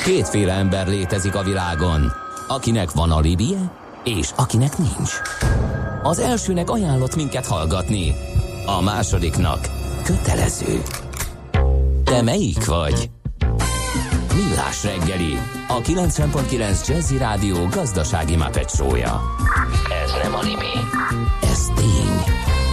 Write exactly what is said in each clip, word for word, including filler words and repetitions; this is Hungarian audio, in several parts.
Kétféle ember létezik a világon, akinek van alibije, és akinek nincs. Az elsőnek ajánlott minket hallgatni, a másodiknak kötelező. Te melyik vagy? Millás reggeli, a kilencven pont kilenc Jazzy Rádió gazdasági Muppet show-ja. Ez nem anime, ez tény.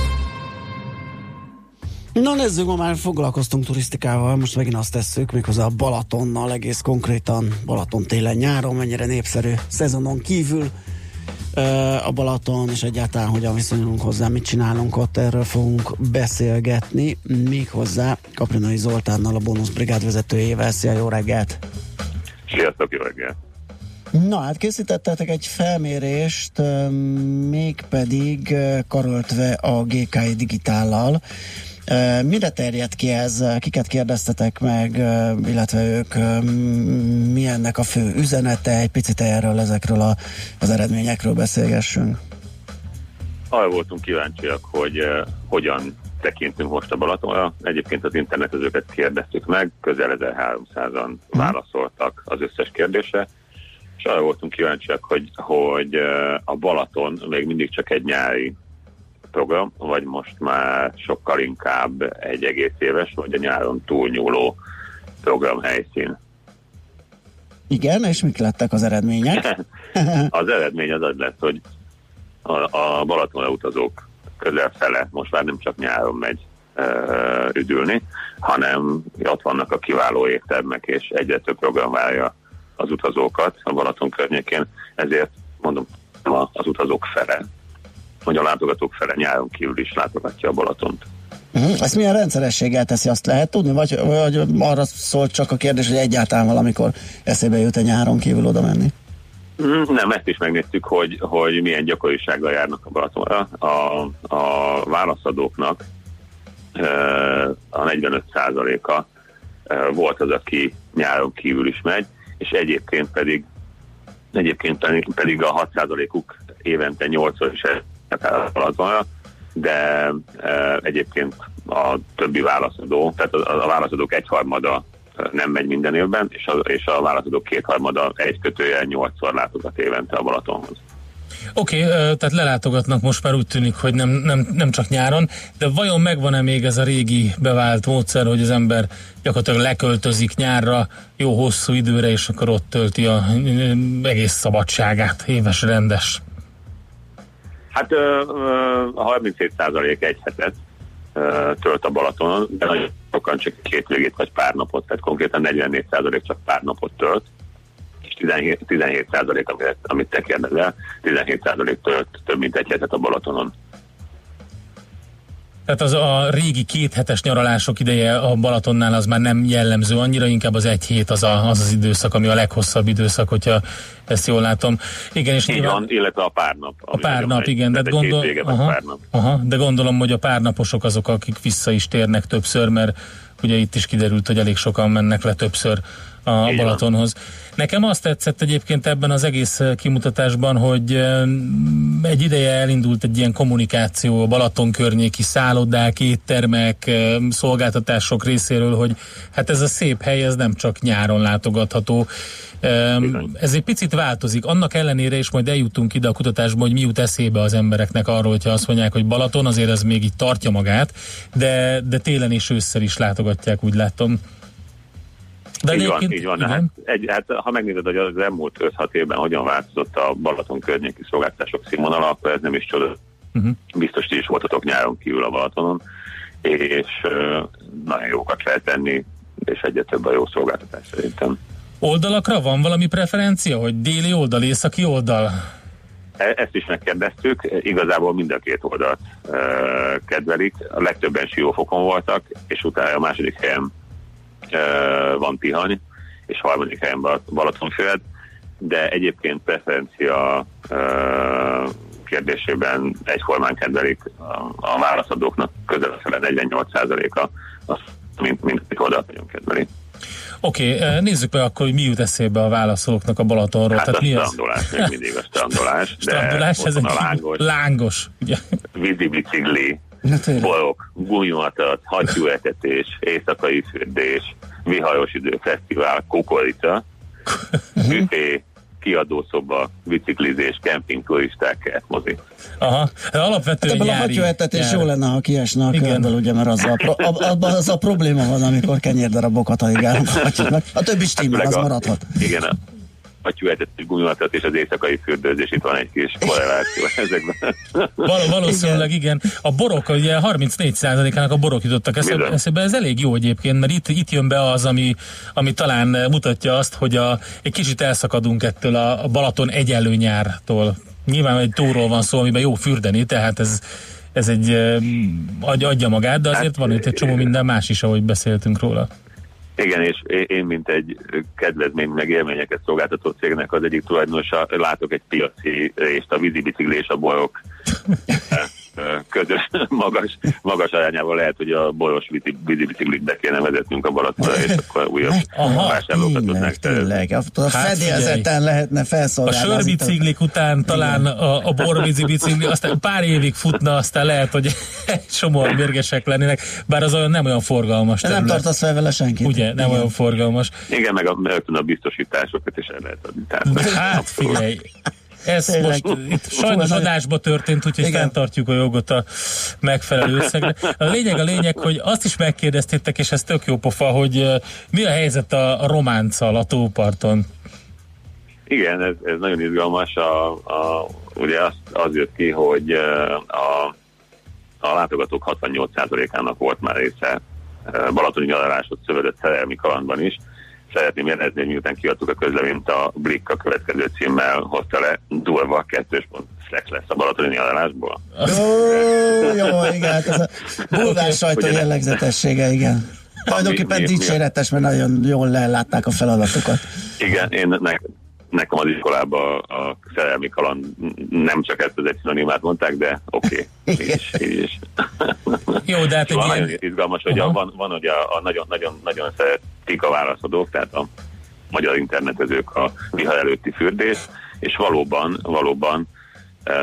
Na nézzük, ma már foglalkoztunk turisztikával, most megint azt tesszük, méghozzá a Balatonnal, egész konkrétan Balaton télen-nyáron, mennyire népszerű szezonon kívül a Balaton, és egyáltalán hogyan viszonyulunk hozzá, mit csinálunk ott, erről fogunk beszélgetni, méghozzá Kaprinai Zoltánnal, a Bónusz Brigád vezetőjével. Szia, jó reggelt! Sziasztok, jó reggelt! Na hát készítettetek egy felmérést, mégpedig karöltve a gé ká i Digitállal. Mire terjed ki ez? Kiket kérdeztetek meg, illetve ők mi ennek a fő üzenete? Egy picit erről, ezekről a, az eredményekről beszélgessünk. Arra voltunk kíváncsiak, hogy uh, hogyan tekintünk most a Balatonra. Egyébként az internetezőket kérdeztük meg, közel ezerháromszázan hmm. válaszoltak az összes kérdésre, és arra voltunk kíváncsiak, hogy, hogy uh, a Balaton még mindig csak egy nyári program, vagy most már sokkal inkább egy egész éves, vagy a nyáron túlnyúló programhelyszín. Igen, és mik lettek az eredmények? Az eredmény az az lesz, hogy a, a Balatonra utazók közel fele most már nem csak nyáron megy e, üdülni, hanem ott vannak a kiváló éttermek, és egyre több program várja az utazókat a Balaton környékén, ezért mondom, az utazók fele, hogy a látogatók fele nyáron kívül is látogatja a Balatont. Uh-huh. Ezt milyen rendszerességgel teszi, azt lehet tudni? Vagy, vagy arra szólt csak a kérdés, hogy egyáltalán valamikor eszébe jut a nyáron kívül oda menni? Nem, ezt is megnéztük, hogy, hogy milyen gyakorisággal járnak a Balatonra. A, a válaszadóknak a negyvenöt százaléka volt az, aki nyáron kívül is megy, és egyébként pedig egyébként pedig a hat százalékuk évente nyolcszor is a Balatonra, de e, egyébként a többi válaszadó, tehát a, a válaszadók egyharmada nem megy minden évben, és a, és a válaszadók kétharmada egy kötőjel nyolcszor látogat évente a Balatonhoz. Oké, okay, tehát lelátogatnak most már, úgy tűnik, hogy nem, nem, nem csak nyáron, de vajon megvan-e még ez a régi bevált módszer, hogy az ember gyakorlatilag leköltözik nyárra jó hosszú időre, és akkor ott tölti a egész szabadságát, éves rendes? Hát a harminchét százalék egy hetet tölt a Balatonon, de nagyon sokan csak két végét vagy pár napot, tehát konkrétan negyvennégy százalék csak pár napot tölt, és tizenhét százalék, amit, amit te kérdezel, tizenhét százalék tölt több mint egy hetet a Balatonon. Tehát az a régi kéthetes nyaralások ideje a Balatonnál az már nem jellemző annyira, inkább az egy hét az a, az, az időszak, ami a leghosszabb időszak, hogyha ezt jól látom. Igen, és így nyilván, van, illetve a pár nap. A pár nap, igen, de, gondol, aha, pár nap. Aha, de gondolom, hogy a párnaposok azok, akik vissza is térnek többször, mert ugye itt is kiderült, hogy elég sokan mennek le többször a így Balatonhoz. Van. Nekem azt tetszett egyébként ebben az egész kimutatásban, hogy egy ideje elindult egy ilyen kommunikáció a Balaton környéki szállodák, éttermek, szolgáltatások részéről, hogy hát ez a szép hely, ez nem csak nyáron látogatható. Bizony. Ez egy picit változik. Annak ellenére is majd eljutunk ide a kutatásban, hogy mi jut eszébe az embereknek arról, hogyha azt mondják, hogy Balaton, azért ez még így tartja magát, de, de télen és ősszel is látogatják, úgy látom. De így van, így van. Hát, egy, hát, ha megnézed, hogy az elmúlt öt-hat évben hogyan változott a Balaton környéki szolgáltatások színvonala, akkor ez nem is csoda. Uh-huh. Biztos ti is voltatok nyáron kívül a Balatonon, és uh, nagyon jókat lehet tenni, és egyre több a jó szolgáltatás szerintem. Oldalakra van valami preferencia, hogy déli oldal, északi oldal? E- ezt is megkérdeztük, igazából mind a két oldalt uh, kedvelik. A legtöbben Siófokon voltak, és utána a második helyen Uh, van Tihany, és harmadik helyen Balatonfüred, de egyébként preferencia uh, kérdésében egyformán kedvelik a, a válaszadóknak, közel a fele negyvennyolc százaléka, azt mint, mindkét oldalt nagyon kedveli. Oké, okay, nézzük meg akkor, hogy mi jut eszébe a válaszolóknak a Balatonról. Hát tehát a mi strandolás, még mindig a strandolás, de strandolás, ott van a lángos, lángos ugye? vízibicikli, borok, gúnyomatat, hattyúetetés, éjszakai fürdés, viharos időfesztivál, kukorica, büfé, kiadószoba, biciklizés, kempingturisták, kertmozi. Aha, alapvetően hát ebből a hattyúetetés jó lenne, ha kiesne a körből, ugye, mert az a, pro, abban az a probléma van, amikor kenyérdarabokat haigálunk a hattyúknak. A többi stimmel, az maradhat. Igen, a hattyúetetés, gumivatat és az éjszakai fürdőzés, itt van egy kis korreláció ezekben. Val- valószínűleg igen. igen. A borok, ugye harmincnégy százalékának a borok jutottak eszebe, eszebe. Ez elég jó egyébként, mert itt, itt jön be az, ami, ami talán mutatja azt, hogy a, egy kicsit elszakadunk ettől a Balaton egyenlő nyártól. Nyilván egy tóról van szó, amiben jó fürdeni, tehát ez, ez egy adja magát, de azért hát, van itt egy csomó minden más is, ahogy beszéltünk róla. Igen, és én, mint egy kedvezmény meg élményeket szolgáltató cégnek az egyik tulajdonosa, látok egy piaci részt, a vízibicikli és a bolyok közös magas, magas arányával lehet, hogy a bolyos vízibiciklit be kéne vezetnünk a Balatonra, és akkor újabb vásárlókat tudnánk. Tényleg, a fedélzeten lehetne felszolgálni. A sörbiciklik után talán a, a borvízi bicikli, aztán pár évig futna, aztán lehet, hogy egy csomóan mérgesek lennének, bár az olyan nem olyan forgalmas terület. Nem tartasz fel vele senkit. Ugye, nem igen. olyan forgalmas. Igen, meg a, a biztosításokat is el lehet adni. Tehát, hát figyelj, ez tényleg. Most itt sajnos adásba történt, úgyhogy fenntartjuk a jogot a megfelelő összegre. A lényeg a lényeg, hogy azt is megkérdeztétek, és ez tök jó pofa, hogy mi a helyzet a, a románccal a tóparton? Igen, ez, ez nagyon izgalmas. A, a, ugye az, az jött ki, hogy a, a látogatók hatvannyolc százalékának volt már része balatoni nyaralásot szövődött szerelmi kalandban is. Szeretném jelezni, hogy miután kiadtuk a közleményt, a Blick a következő címmel hozta le, durva kettős pont flex lesz a balatoni nyaralásból. Ó, jó, igen, ez a bulvár sajtó jellegzetessége, igen. Tulajdonképpen dicséretes, mert nagyon jól lellátták a feladatokat. Igen, én ne, nekem az iskolában a szerelmi kaland nem csak ezt az egy szinonimát mondták, de oké, okay, így is, így is. Jó, de hát egy nagyon ilyen... izgalmas, hogy a, van, van hogy a, a nagyon, nagyon, nagyon szeretik a válaszadók, tehát a magyar internetezők a vihar előtti fürdés, és valóban, valóban uh,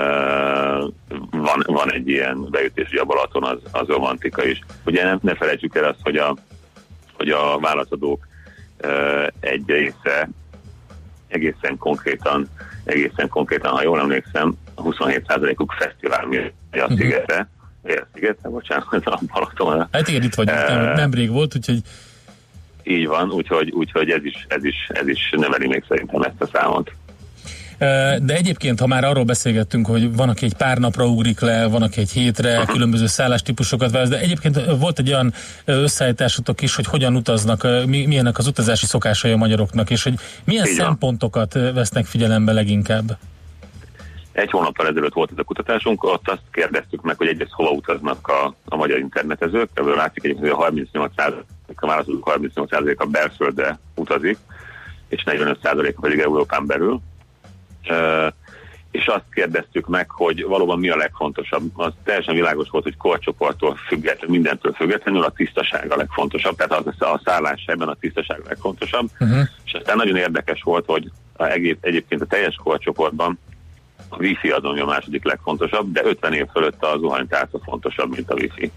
van, van egy ilyen beütés, hogy a Balaton az, az romantika is. Ugye ne, ne felejtsük el azt, hogy a, hogy a válaszadók uh, egy része egészen konkrétan, egészen konkrétan, ha jól emlékszem, huszonhét százalékuk fesztivál mi a szigetre, uh-huh. a szigetre, bocsánat, a Balatonra. Hát igen, itt vagyunk, uh, nem, nemrég volt, úgyhogy... Így van, úgyhogy, úgyhogy ez, is, ez, is, ez is növeli még szerintem ezt a számot. De egyébként, ha már arról beszélgettünk, hogy van, aki egy pár napra ugrik le, van, aki egy hétre, uh-huh. különböző szállástípusokat választ, de egyébként volt egy olyan összeállításotok is, hogy hogyan utaznak, milyenek az utazási szokásai a magyaroknak, és hogy milyen így szempontokat van. Vesznek figyelembe leginkább? Egy hónappal ezelőtt volt ez a kutatásunk, ott azt kérdeztük meg, hogy egyrészt hova utaznak a, a magyar internetezők, ebből látszik egyébként, hogy a harmincnyolc százalék, a válaszolók harmincnyolc százalék a belföldre utazik, és negyvenöt százalék pedig Európán belül. Uh, és azt kérdeztük meg, hogy valóban mi a legfontosabb. Az teljesen világos volt, hogy korcsoporttól függetlenül, mindentől függetlenül a tisztaság a legfontosabb, tehát az a szállás ebben a tisztaság a legfontosabb. Uh-huh. És aztán nagyon érdekes volt, hogy a, egyébként a teljes korcsoportban a wifi az, ami a második legfontosabb, de ötven év fölött a zuhanytálca fontosabb, mint a wifi.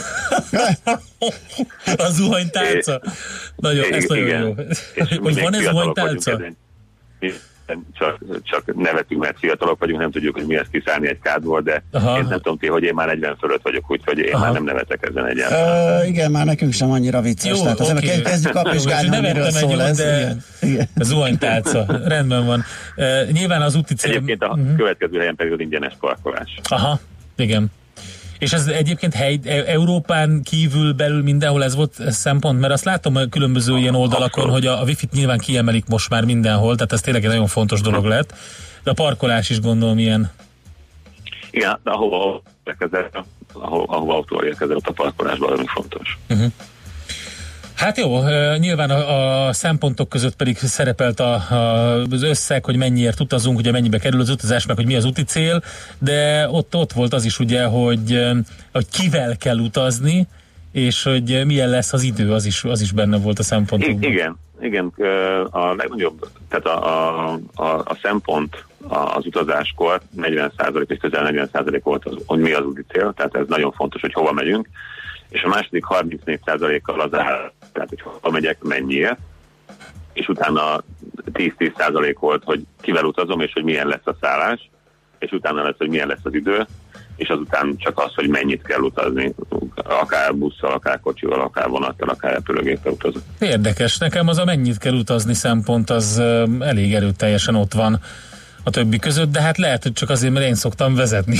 A zuhanytálca? Nagyon, ez nagyon jó. Hogy van ez zuhanytálca? Csak, csak nevetünk, mert fiatalok vagyunk, nem tudjuk, hogy mi ezt kiszállni egy kádból, de aha. én nem tudom ki, hogy én már negyven fölött vagyok, úgyhogy én aha. már nem nevetek ezen egyáltalán. Uh, igen, már nekünk sem annyira vicces. Jó, tehát okay. azért kezdjük kapizsgálni, hogy miről szól ez. De igen. A zuhanytálca, rendben van. Uh, nyilván az úti cél... Egyébként a uh-huh. következő helyen pedig az ingyenes parkolás. Aha, igen. És ez egyébként hely, Európán kívül belül mindenhol ez volt ez szempont, mert azt látom a különböző a, ilyen oldalakon, abszolút. Hogy a, a Wi-Fi-t nyilván kiemelik most már mindenhol, tehát ez tényleg egy nagyon fontos dolog lett, de a parkolás is gondolom ilyen. Igen, de ahova érkezel, ahova, ahova autóval érkezel, ott a parkolás valami fontos. Uh-huh. Hát jó, nyilván a, a szempontok között pedig szerepelt a, a, az összeg, hogy mennyiért utazunk, ugye mennyibe kerül az utazás, meg hogy mi az úti cél, de ott, ott volt az is ugye, hogy, hogy kivel kell utazni, és hogy milyen lesz az idő, az is, az is benne volt a szempontokban. Igen, igen, a legnagyobb, tehát a, a, a, a szempont az utazáskor negyven százalék és közel negyven százalék volt az, hogy mi az úti cél, tehát ez nagyon fontos, hogy hova megyünk, és a második harmincnégy százalékkal az áll, tehát hogy hova megyek, mennyiért, és utána tíz-tíz százalék volt, hogy kivel utazom, és hogy milyen lesz a szállás, és utána lesz, hogy milyen lesz az idő, és azután csak az, hogy mennyit kell utazni, akár busszal, akár kocsival, akár vonattal, akár repülőgéppel utazok. Érdekes, nekem az a mennyit kell utazni szempont, az elég erőteljesen ott van a többi között, de hát lehet, hogy csak azért, mert én szoktam vezetni.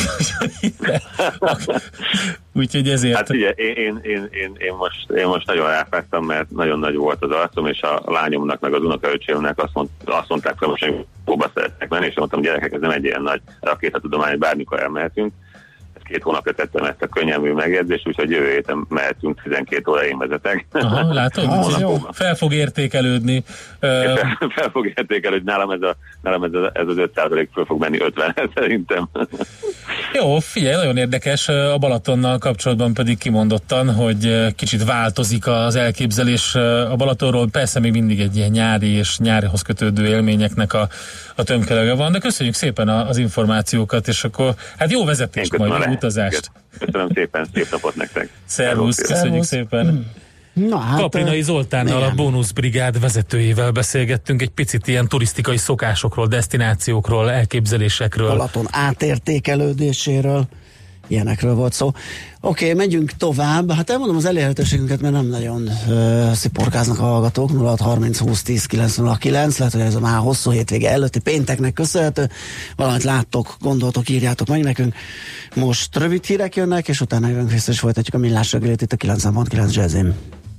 Úgyhogy ezért... Hát ugye, én, én, én, én, én, most, én most nagyon ráfáztam, mert nagyon nagy volt az arcom, és a lányomnak, meg az unokaöcsémnek azt, mond, azt mondták fel, most, hogy hova szeretnek menni, és mondtam, gyerekek, ez nem egy ilyen nagy rakétatudomány, hogy bármikor elmehetünk. Két hónapja tettem ezt a könnyelmű megjegyzést, úgyhogy jövő héten mehetünk, tizenkét óra én vezetek. Aha, látod? Ah, jó. Fel fog értékelődni. Fel, fel fog értékelődni, nálam ez, a, nálam ez, a, ez az öt százalék föl fog menni ötvenre szerintem. Jó, figyelj, nagyon érdekes, a Balatonnal kapcsolatban pedig kimondottan, hogy kicsit változik az elképzelés a Balatonról, persze még mindig egy ilyen nyári és nyárihoz kötődő élményeknek a, a tömkelege van, de köszönjük szépen az információkat, és akkor hát jó vezetést majd, jó utazást. Köszönöm szépen, szép napot nektek. Szervusz, köszönjük szépen. Na, hát, Kaprinai Zoltánnal, a Bónuszbrigád vezetőjével beszélgettünk egy picit ilyen turisztikai szokásokról, desztinációkról, elképzelésekről. Balaton átértékelődéséről, ilyenekről volt szó. Oké, okay, megyünk tovább. Hát elmondom az elérhetőségünket, mert nem nagyon uh, sziporkáznak a hallgatók. nulla hat harminc húsz tíz kilenc nulla kilenc, lehet, hogy ez a már hosszú hétvége előtti pénteknek köszönhető. Valamit láttok, gondoltok, írjátok meg nekünk. Most rövid hírek jönnek, és utána jövünk vissza, és folytatjuk a Millás reggelit itt a kilencven pont kilenc Jazzin.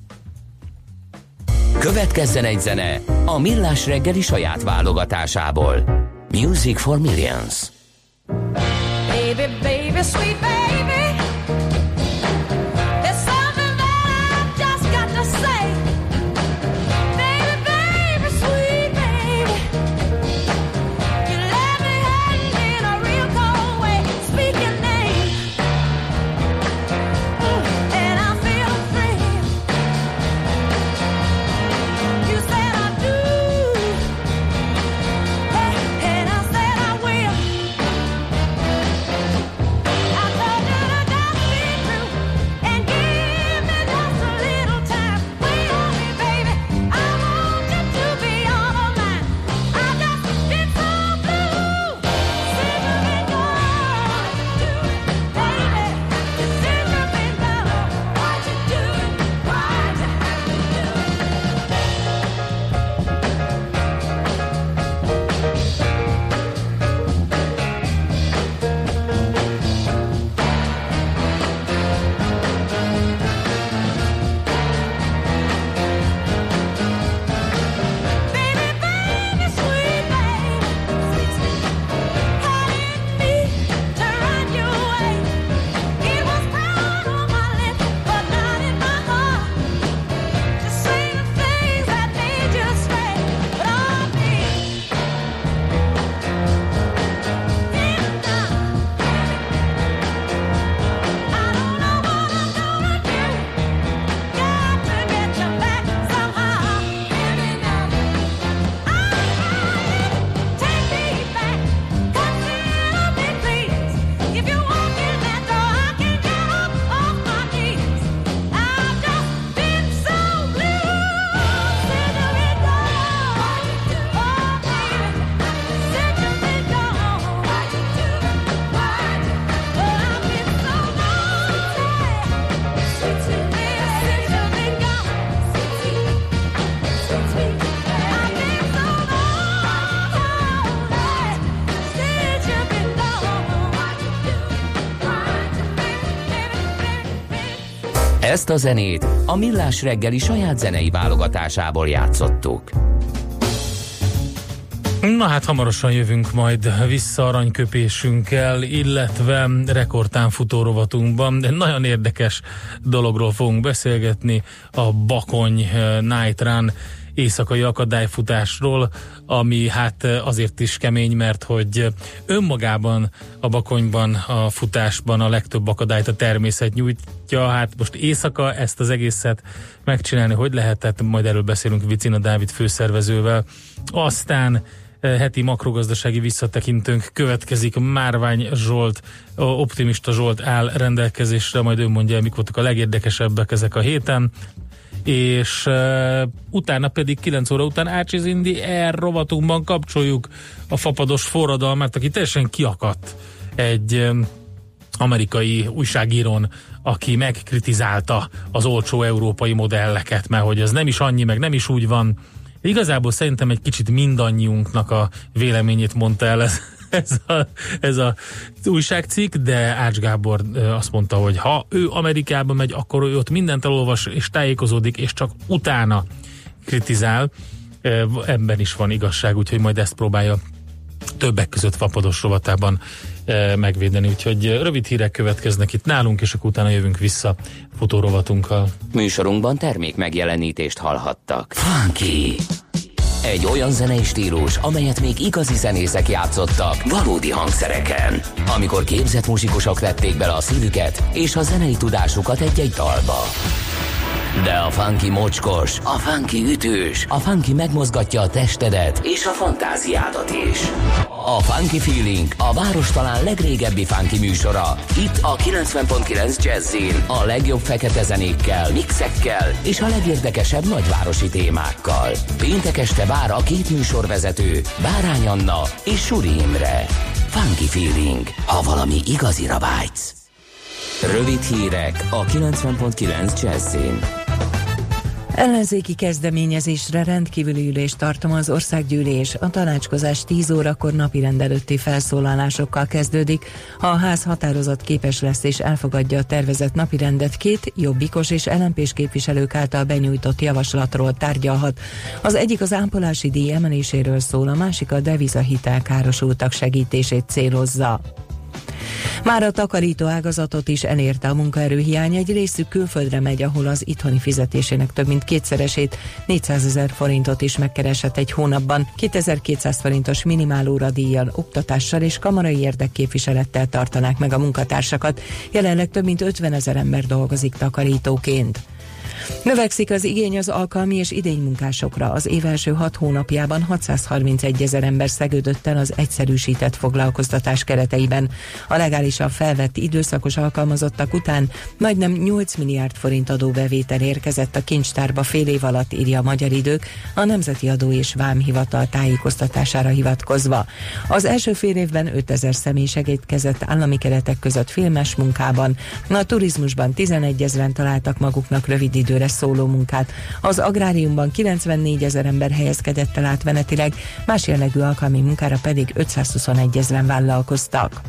Következzen egy zene a Millás reggeli saját válogatásából. Music for Millions. Baby, baby, sweet baby, there's something that I've just got to say. Baby, baby, sweet baby, you let me hang in a real cold way. Speak your name, and I feel free. You said I do, and I said I will. Ezt a zenét a Millás reggeli saját zenei válogatásából játszottuk. Na hát hamarosan jövünk majd vissza aranyköpésünkkel, illetve rekordtán futórovatunkban. Nagyon érdekes dologról fogunk beszélgetni, a Bakony Night Run éjszakai akadályfutásról, ami hát azért is kemény, mert hogy önmagában a Bakonyban, a futásban a legtöbb akadályt a természet nyújtja. Hát most éjszaka ezt az egészet megcsinálni, hogy lehetett, majd erről beszélünk Vicina Dávid főszervezővel. Aztán heti makrogazdasági visszatekintőnk következik, Márvány Zsolt, Optimista Zsolt áll rendelkezésre, majd ő mondja, mik voltak a legérdekesebbek ezek a héten. és uh, utána pedig kilenc óra után Ácsiz Indi Air rovatunkban kapcsoljuk a fapados forradalmát, aki teljesen kiakadt egy um, amerikai újságírón, aki megkritizálta az olcsó európai modelleket, mert hogy ez nem is annyi, meg nem is úgy van. Igazából szerintem egy kicsit mindannyiunknak a véleményét mondta el ez, ez, a, ez a újságcikk, de Ács Gábor azt mondta, hogy ha ő Amerikába megy, akkor ő ott mindent elolvas és tájékozódik, és csak utána kritizál. Ebben is van igazság, úgyhogy majd ezt próbálja többek között fapados rovatában megvédeni, úgyhogy rövid hírek következnek itt nálunk, és akkor utána jövünk vissza futórovatunkkal. Műsorunkban termék megjelenítést hallhattak. Funky! Egy olyan zenei stílus, amelyet még igazi zenészek játszottak valódi hangszereken. Amikor képzett muzsikusok vették bele a szívüket és a zenei tudásukat egy-egy dalba. De a funky mocskos, a funky ütős, a funky megmozgatja a testedet és a fantáziádat is. A Funky Feeling a város talán legrégebbi funky műsora. Itt a kilencven pont kilenc Jazzin a legjobb fekete zenékkel, mixekkel és a legérdekesebb nagyvárosi témákkal. Péntek este vár a két műsorvezető, Bárány Anna és Suri Imre. Funky Feeling, ha valami igazira vágysz. Rövid hírek a kilencven pont kilenc Jazzin. Ellenzéki kezdeményezésre rendkívüli ülést tartom az országgyűlés. A tanácskozás tíz órakor napirend előtti felszólalásokkal kezdődik. Ha a ház határozat képes lesz és elfogadja a tervezett napirendet, két jobbikos és el em pés képviselők által benyújtott javaslatról tárgyalhat. Az egyik az ápolási díj emeléséről szól, a másik a devizahitel károsultak segítését célozza. Már a takarító ágazatot is elérte a munkaerőhiány, egy részük külföldre megy, ahol az itthoni fizetésének több mint kétszeresét, négyszázezer forintot is megkeresett egy hónapban. kétezer-kétszáz forintos minimálóradíjjal, oktatással és kamarai érdekképviselettel tartanák meg a munkatársakat. Jelenleg több mint ötvenezer ember dolgozik takarítóként. Növekszik az igény az alkalmi és idénymunkásokra. Az év első hat hónapjában hatszázharmincegy ezer ember szegődött el az egyszerűsített foglalkoztatás kereteiben. A legálisan felvett időszakos alkalmazottak után majdnem nyolc milliárd forint adóbevétel érkezett a kincstárba fél év alatt, írja a Magyar Idők, a Nemzeti Adó és Vámhivatal tájékoztatására hivatkozva. Az első fél évben ötezer személy segítkezett állami keretek között filmes munkában. A turizmusban tizenegyezren találtak maguknak rövid időre szóló munkát. Az agráriumban kilencvennégy ezer ember helyezkedett el átmenetileg, más jellegű alkalmi munkára pedig ötszázhuszonegy ezren vállalkoztak.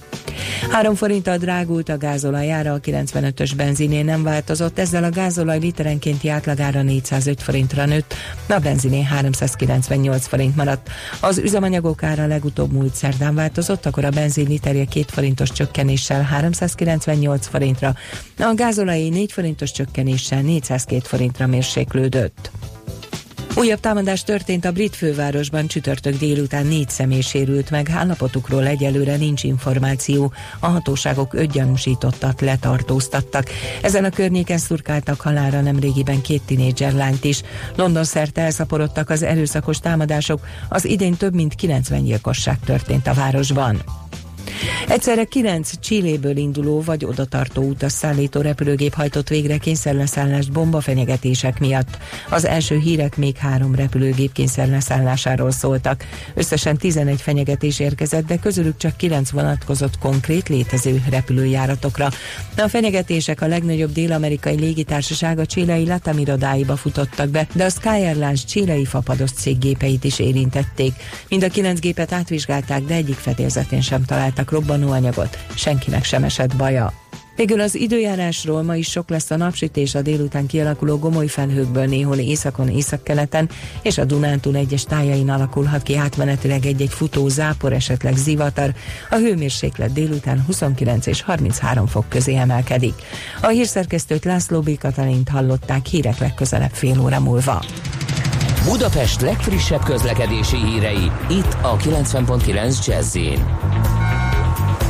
Három forinttal drágult a gázolaj ára, a kilencvenötös benziné nem változott, ezzel a gázolaj literenkénti átlagára négyszázöt forintra nőtt, a benziné háromszázkilencvennyolc forint maradt. Az üzemanyagok ára legutóbb múlt szerdán változott, akkor a benzin literje két forintos csökkenéssel háromszázkilencvennyolc forintra, a gázolajé négy forintos csökkenéssel négyszázkettő forintra mérséklődött. Újabb támadás történt a brit fővárosban, csütörtök délután négy személy sérült meg, állapotukról egyelőre nincs információ, a hatóságok öt gyanúsítottat letartóztattak. Ezen a környéken szurkáltak halálra nemrégiben két tinédzser lányt is. London szerte elszaporodtak az erőszakos támadások, az idén több mint kilencven gyilkosság történt a városban. Egyszerre kilenc Chiléből induló vagy odatartó utas szállító repülőgép hajtott végre kényszerleszállást bombafenyegetések miatt. Az első hírek még három repülőgép kényszerleszállásáról szóltak. Összesen tizenegy fenyegetés érkezett, de közülük csak kilenc vonatkozott konkrét létező repülőjáratokra. A fenyegetések a legnagyobb dél-amerikai légitársaság a chilei LATAM irodáiba futottak be, de a Sky Airlines chilei fapados cég gépeit is érintették. Mind a kilenc gépet átvizsgálták, de egyik fedélzetén sem találtak robbanóanyagot, senkinek sem esett baja. Végül az időjárásról: ma is sok lesz a napsütés, a délután kialakuló gomoly felhőkből néhol északon, északkeleten és a Dunántúl egyes tájain alakulhat ki átmenetileg egy-egy futó zápor, esetleg zivatar. A hőmérséklet délután huszonkilenc és harminchárom fok közé emelkedik. A hírszerkesztőt, László B. Katalint hallották, hírek legközelebb fél óra múlva. Budapest legfrissebb közlekedési hírei, itt a kilencven pont kilenc Jazz-in.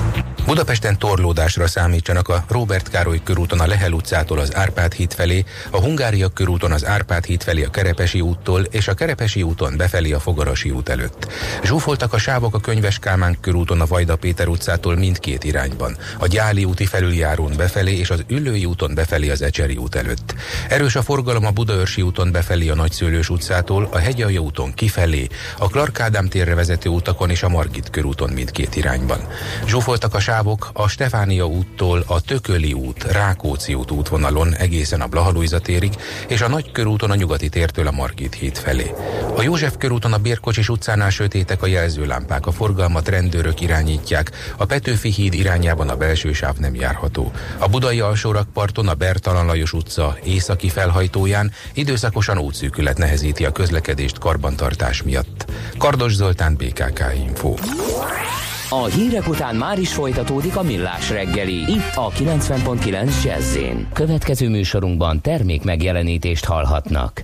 Budapesten torlódásra számítsanak a Róbert Károly körúton a Lehel utcától az Árpád híd felé, a Hungária körúton az Árpád híd felé a Kerepesi úttól és a Kerepesi úton befelé a Fogarasi út előtt. Zsúfoltak a sávok a Könyves Kálmán körúton a Vajda Péter utcától mindkét irányban, a Gyáli úti felüljárón befelé és az Üllői úton befelé az Ecseri út előtt. Erős a forgalom a Budaörsi úton befelé a Nagyszőlős utcától, a Hegyalja úton kifelé, a Clark Ádám térre vezető utakon és a Margit körúton mindkét irányban. Zsúfoltak a sávok a Stefánia úttól a Tököli út, Rákóczi út útvonalon egészen a Blaha Lujza térig, és a Nagykörúton a Nyugati tértől a Margit híd felé. A József körúton a Bérkocsis utcánál sötétek a jelzőlámpák, a forgalmat rendőrök irányítják, a Petőfi híd irányában a belső sáv nem járható. A Budai alsórakparton a Bertalan Lajos utca északi felhajtóján időszakosan útszűkület nehezíti a közlekedést karbantartás miatt. Kardos Zoltán, bé ká ká Info. A hírek után már is folytatódik a Millás reggeli, itt a kilencven pont kilenc Jazz-én. Következő műsorunkban termék megjelenítést hallhatnak.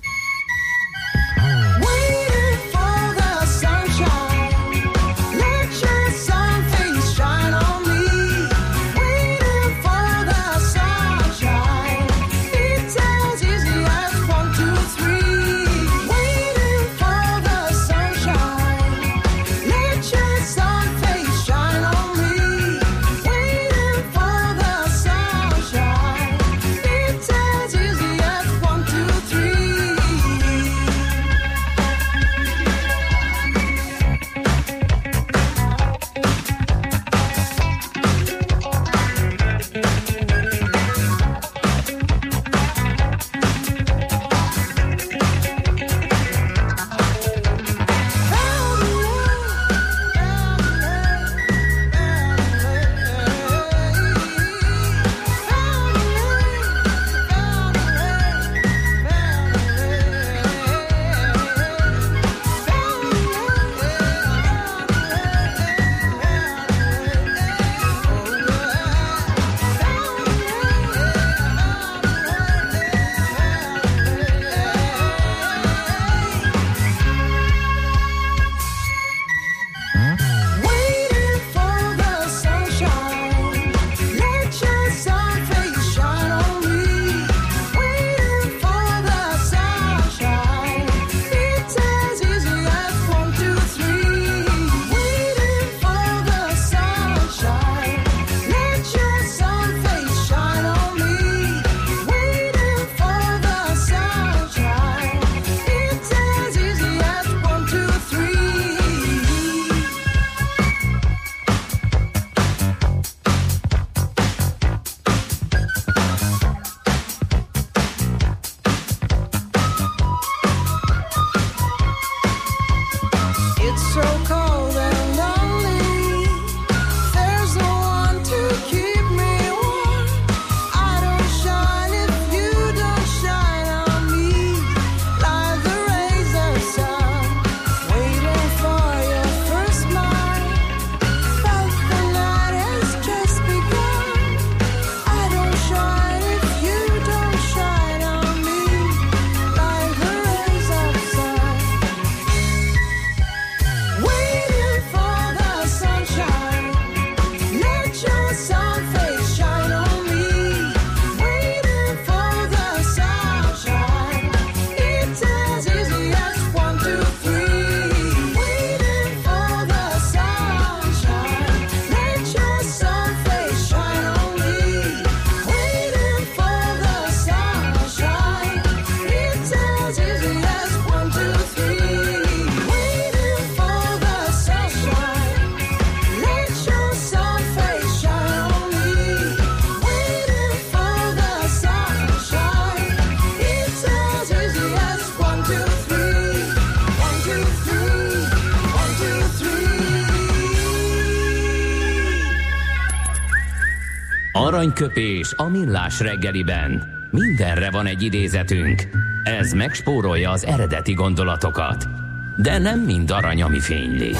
Aranyköpés a Millás reggeliben. Mindenre van egy idézetünk. Ez megspórolja az eredeti gondolatokat. De nem mind arany, ami fényli.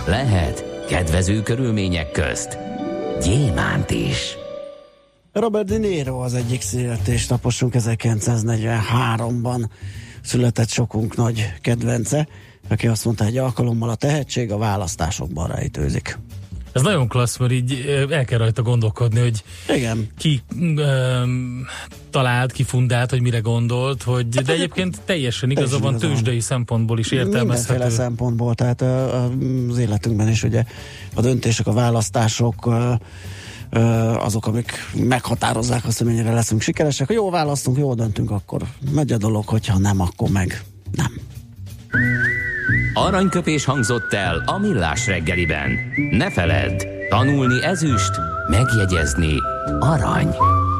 Lehet kedvező körülmények közt gyémánt is. Robert De Niro az egyik születésnaposunk, ezerkilencszáznegyvenháromban született sokunk nagy kedvence, aki azt mondta, egy alkalommal a tehetség a választásokban rejtőzik. Ez nagyon klassz, mert így el kell rajta gondolkodni, hogy igen. ki um, talált, ki fundált, hogy mire gondolt, hogy, de egyébként teljesen igaza van, tőzsdei szempontból is értelmezhető. Mindenféle szempontból, tehát az életünkben is ugye a döntések, a választások azok, amik meghatározzák azt, hogy mennyire leszünk sikeresek. Ha jól választunk, jól döntünk, akkor megy a dolog, hogyha nem, akkor meg nem. Aranyköpés hangzott el a Millás reggeliben. Ne feledd, tanulni ezüst, megjegyezni arany.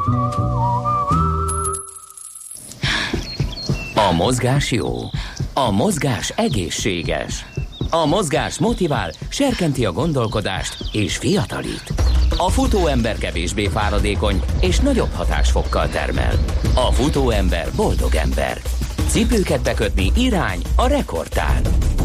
A mozgás jó, a mozgás egészséges. A mozgás motivál, serkenti a gondolkodást és fiatalít. A futóember kevésbé fáradékony és nagyobb hatásfokkal termel. A futóember boldog ember. Cipőket bekötni irány a rekordtán.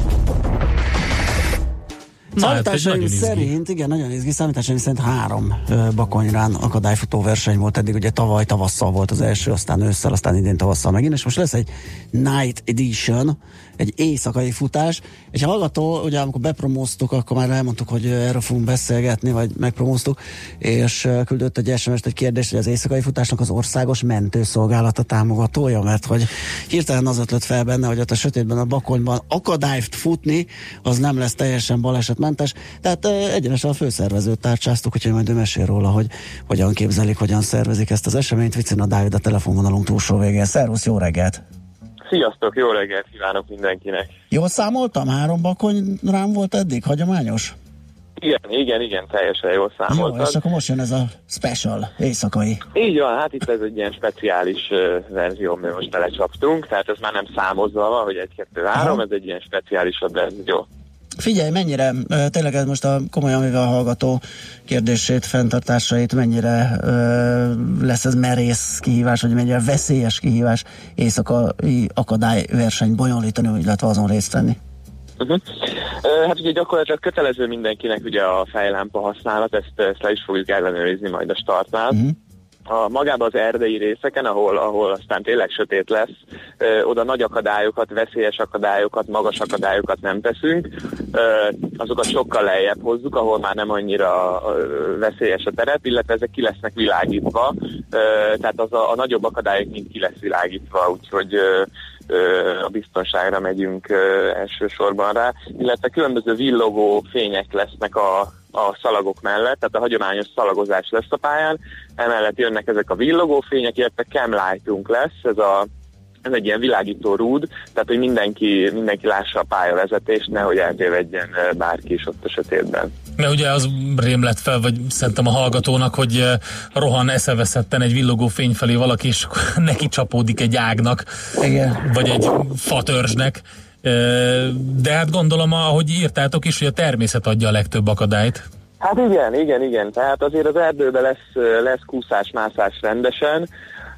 Számításaim szerint, igen, nagyon izgi, számításaim szerint három ö, Bakonyrán akadályfutó verseny volt eddig, ugye tavaly tavasszal volt az első, aztán ősszel, aztán idén tavasszal megint, és most lesz egy Night Edition, egy éjszakai futás. Egy hallgató, ugye amikor bepromóztuk, akkor már elmondtuk, hogy erről fogunk beszélgetni, vagy megpromóztuk, és küldött egy es em es-t, egy kérdést, hogy az éjszakai futásnak az országos mentőszolgálata támogatója, mert hogy hirtelen az ötlött fel benne, hogy ott a sötétben, a Bakonyban akadályt futni, az nem lesz teljesen balesetmentes, tehát egyenesen a főszervezőt tárcsáztuk, úgyhogy majd ő mesél róla, hogy hogyan képzelik, hogyan szervezik ezt az eseményt. Vicina Dávid a telefonvonalunk túlsó végén. Szervusz, jó reggelt! Sziasztok, jó reggelt kívánok mindenkinek! Jól számoltam? Három Bakony rám volt eddig? Hagyományos? Igen, igen, igen, teljesen jól számoltad. Jó, és akkor most jön ez a special, éjszakai. Így van, hát itt ez egy ilyen speciális uh, verzió, mi most belecsaptunk, tehát ez már nem számozva van, hogy egy, kettő, három, ez egy ilyen speciálisabb verzió. Figyelj, mennyire, tényleg ez most a komolyan véve a hallgató kérdését, fenntartásait, mennyire ö, lesz ez merész kihívás, vagy mennyire veszélyes kihívás éjszakai akadályversenyt bonyolítani, illetve azon részt venni? Uh-huh. Uh, hát ugye gyakorlatilag kötelező mindenkinek ugye a fejlámpa használat, ezt, ezt le is fogjuk ellenőrizni majd a startnál. Uh-huh. A, magában az erdei részeken, ahol, ahol aztán tényleg sötét lesz, ö, oda nagy akadályokat, veszélyes akadályokat, magas akadályokat nem teszünk, ö, azokat sokkal lejjebb hozzuk, ahol már nem annyira ö, veszélyes a terep, illetve ezek ki lesznek világítva, ö, tehát az a, a nagyobb akadályok mind ki lesz világítva, úgyhogy ö, ö, a biztonságra megyünk ö, elsősorban rá, illetve különböző villogó fények lesznek a a szalagok mellett, tehát a hagyományos szalagozás lesz a pályán, emellett jönnek ezek a villogófények, illetve camlightunk lesz, ez, a, ez egy ilyen világító rúd, tehát hogy mindenki, mindenki lássa a pályavezetést, nehogy eltévedjen bárki is ott a sötétben. Mert ugye az rém lett fel, vagy szerintem a hallgatónak, hogy rohan eszeveszetten egy villogó fény felé valaki, és neki csapódik egy ágnak, igen, vagy egy fatörzsnek. De hát gondolom, ahogy írtátok is, hogy a természet adja a legtöbb akadályt. Hát igen, igen, igen. Tehát azért az erdőben lesz, lesz kúszás-mászás rendesen.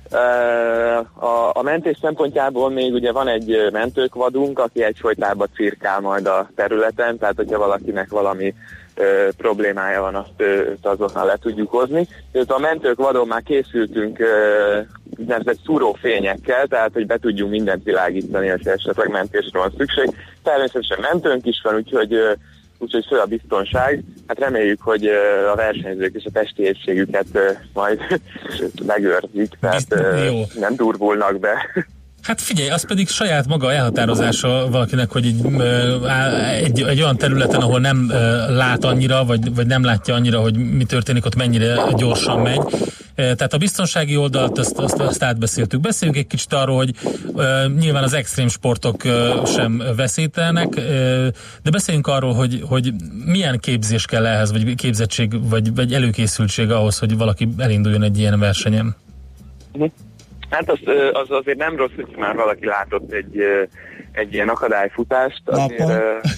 A, a mentés szempontjából még ugye van egy mentőkvadunk, aki egyfolytában cirkál majd a területen, tehát hogyha valakinek valami ö, problémája van, azt ö, azonnal le tudjuk hozni. Tehát a mentőkvadon már készültünk úgynevezett szúrófényekkel, tehát hogy be tudjunk mindent világítani, és esetleg mentésre van szükség. Természetesen mentőnk is van, úgyhogy úgyhogy fő a biztonság. Hát reméljük, hogy a versenyzők és a testi égségüket majd megőrzik, tehát nem durvulnak be. Hát figyelj, az pedig saját maga elhatározása valakinek, hogy egy, egy, egy olyan területen, ahol nem lát annyira, vagy, vagy nem látja annyira, hogy mi történik, ott mennyire gyorsan megy. Tehát a biztonsági oldalt azt, azt, azt átbeszéltük. Beszéljünk egy kicsit arról, hogy uh, nyilván az extrém sportok uh, sem veszélytelenek, uh, de beszéljünk arról, hogy, hogy milyen képzés kell ehhez, vagy képzettség, vagy, vagy előkészültség ahhoz, hogy valaki elinduljon egy ilyen versenyen. Hát az, az azért nem rossz, hogy már valaki látott egy, egy ilyen akadályfutást. Azért,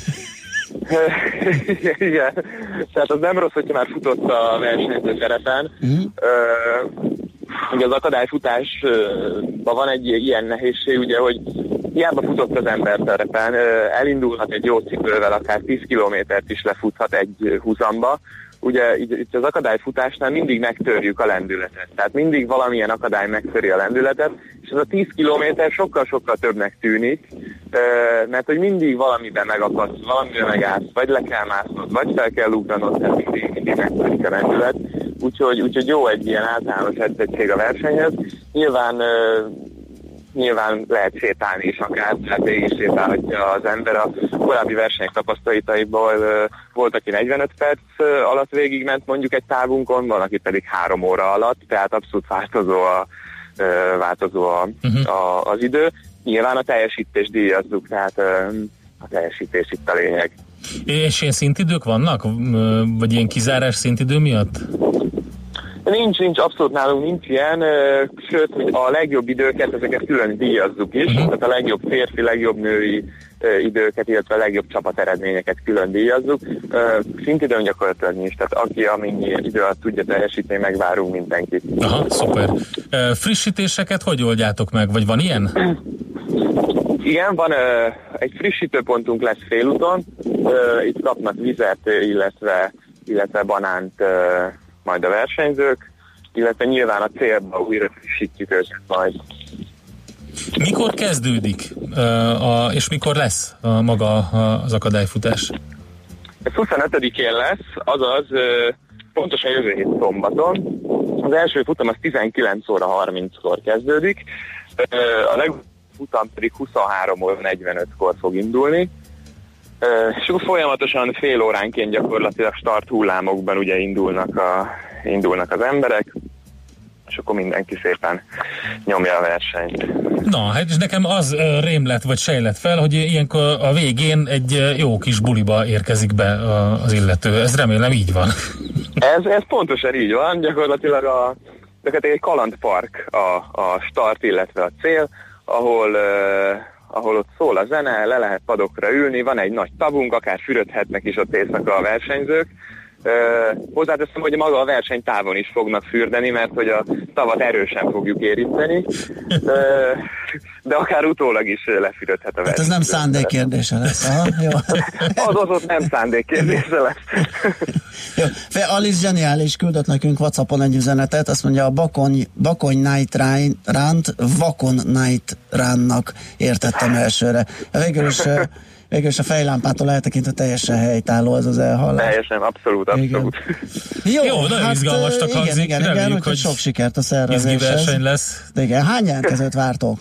igen, tehát az nem rossz, hogyha már futott a versenyző terepen. Mm. Uh, ugye az akadályfutásban van egy ilyen nehézség, ugye, hogy hiába futott az ember terepen, elindulhat egy jó cipővel, akár tíz kilométert is lefuthat egy húzamba. Ugye itt az akadályfutásnál mindig megtörjük a lendületet. Tehát mindig valamilyen akadály megtöri a lendületet, és ez a tíz kilométer sokkal-sokkal többnek tűnik, mert hogy mindig valamiben megakadsz, valamiben megállsz, vagy le kell másznod, vagy fel kell ugranod, tehát mindig, mindig megtörik a rendület. Úgyhogy, úgyhogy jó egy ilyen általános edzettség a versenyhez. Nyilván, uh, nyilván lehet sétálni is akár, tehát végig sétálhatja az ember. A korábbi versenyek tapasztalataiból uh, volt, aki negyvenöt perc uh, alatt végigment mondjuk egy távunkon, van, aki pedig három óra alatt, tehát abszolút változó, a, uh, változó a, uh-huh. a, az idő. Nyilván a teljesítést díjazzuk, tehát uh, a teljesítés itt a lényeg. És ilyen szintidők vannak? Vagy ilyen kizárás szintidő miatt? Nincs, nincs, abszolút nálunk nincs ilyen, sőt, hogy a legjobb időket, ezeket külön díjazzuk is, uh-huh. tehát a legjobb férfi, legjobb női időket, illetve a legjobb csapateredményeket külön díjazzuk. Szintidőn gyakorlatilag nincs, tehát aki amennyi idő alatt tudja teljesíteni, megvárunk mindenkit. Aha, szuper. Frissítéseket hogy oldjátok meg, vagy van ilyen? Igen, van egy frissítőpontunk lesz félúton, itt kapnak vizet, illetve, illetve banánt majd a versenyzők, illetve nyilván a célba újra frissítjük őket majd. Mikor kezdődik, és mikor lesz a maga az akadályfutás? Ez huszonötödikén lesz, azaz pontosan jövő hét szombaton. Az első futam az tizenkilenc óra harminckor kezdődik, a legutolsó futam pedig huszonhárom óra negyvenötkor fog indulni, és folyamatosan fél óránként gyakorlatilag start hullámokban ugye indulnak, a, indulnak az emberek, és akkor mindenki szépen nyomja a versenyt. Na, hát és nekem az uh, rém lett, vagy sej lett fel, hogy ilyenkor a végén egy uh, jó kis buliba érkezik be uh, az illető. Ez remélem így van. ez, ez pontosan így van, gyakorlatilag, a, gyakorlatilag egy kalandpark a, a start, illetve a cél, ahol, uh, ahol ott szól a zene, le lehet padokra ülni, van egy nagy tavunk, akár fürödhetnek is ott éjszaka a versenyzők. Uh, hozzáteszem, hogy maga a verseny távon is fognak fürdeni, mert hogy a tavat erősen fogjuk érinteni, uh, de akár utólag is lefürödhet a verseny. Hát ez nem szándék kérdése lesz. Aha, jó. az az ott nem szándék kérdése lesz. Jó. Alice Zseniális küldött nekünk WhatsAppon egy üzenetet, azt mondja, a Bakony, Bakony Night Run-t Vakon Night Run-nak értettem elsőre. Végül is Végül is a fejlámpától eltekintve teljesen helytálló ez az elhallás. Teljesen, abszolút, abszolút. Jó, Jó, nagyon hát, izgalmasnak igen, hangzik. Igen, igen, igen, hogy sok sikert a szervezéshez. Izgi verseny lesz. Igen, hány jelentkezőt vártok?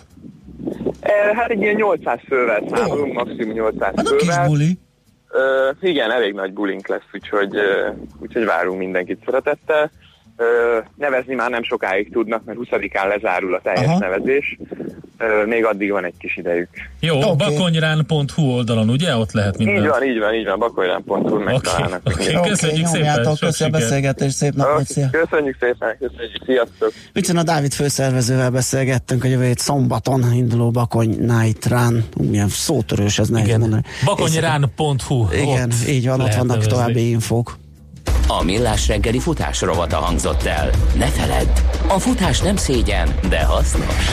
Hát egy ilyen nyolcszáz fővel számolunk, maximum nyolcszáz hát fővel. A kis buli. Uh, igen, elég nagy bulink lesz, úgyhogy, uh, úgyhogy várunk mindenkit szeretettel. Uh, nevezni már nem sokáig tudnak, mert huszadikán lezárul a teljes Aha. nevezés. Uh, még addig van egy kis idejük. Jó, okay. bakonyrán pont hu oldalon, ugye? Ott lehet minden. Így van, így van, így van, bakonyrán pont hu megtalálnak. Oké, okay. okay. köszönjük okay, szépen. Nyomjátok, köszönjük a beszélgetést, szép napot, okay. szia. Köszönjük szépen, köszönjük, sziasztok. Viccen Dávid főszervezővel beszélgettünk, a jövő hét szombaton induló Bakony Night Run. Milyen szótörős, ez nehéz mondani. bakonyrán pont hu. Igen, ott így van, ott vannak nevezni. További infók. A Millás reggeli futás rovata hangzott el. Ne feledd, a futás nem szégyen, de hasznos.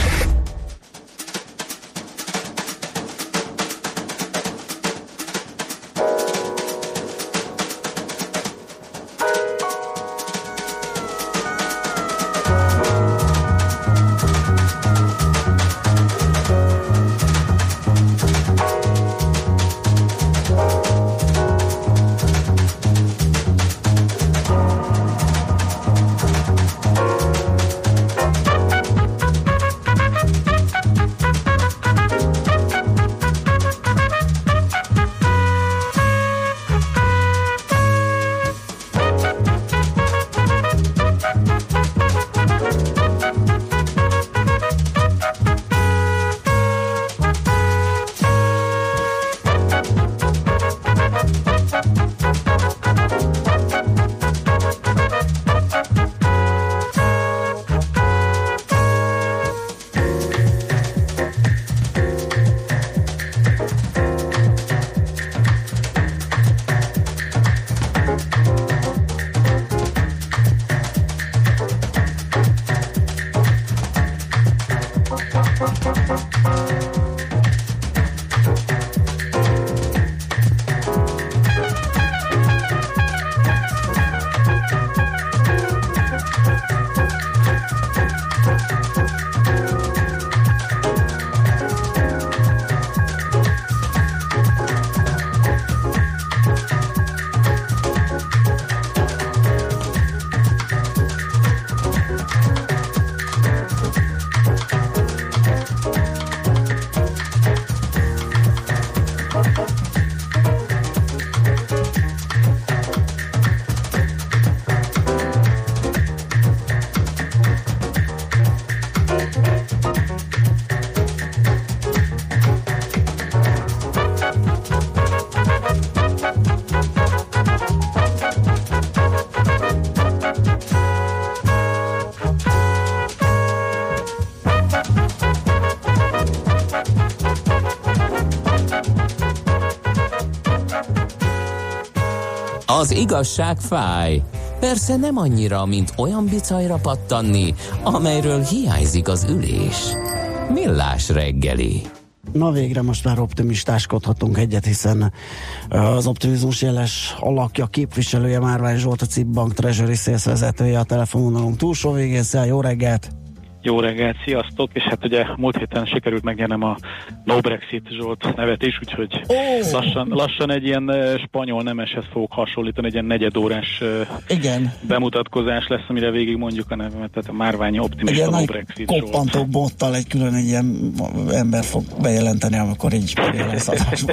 Az igazság fáj. Persze nem annyira, mint olyan bicajra pattanni, amelyről hiányzik az ülés. Millás reggeli. Na végre most már optimistáskodhatunk egyet, hiszen az optimizmus jeles alakja, képviselője Márvány Zsolt, a cé i bé Bank Treasury Sales vezetője a telefonvonalunk túlsó végén. Szia, jó reggelt! Jó reggelt, sziasztok! És hát ugye múlt héten sikerült megnyernem a No Brexit Zsolt nevet is, úgyhogy oh. lassan, lassan egy ilyen uh, spanyol nemeshez fogok hasonlítani, egy ilyen negyedórás uh, Igen. bemutatkozás lesz, amire végig mondjuk a nevemet, tehát a Márványi optimista egy No Brexit Zsolt. Koppantó bottal egy külön egy ilyen ember fog bejelenteni, amikor így lesz adásban.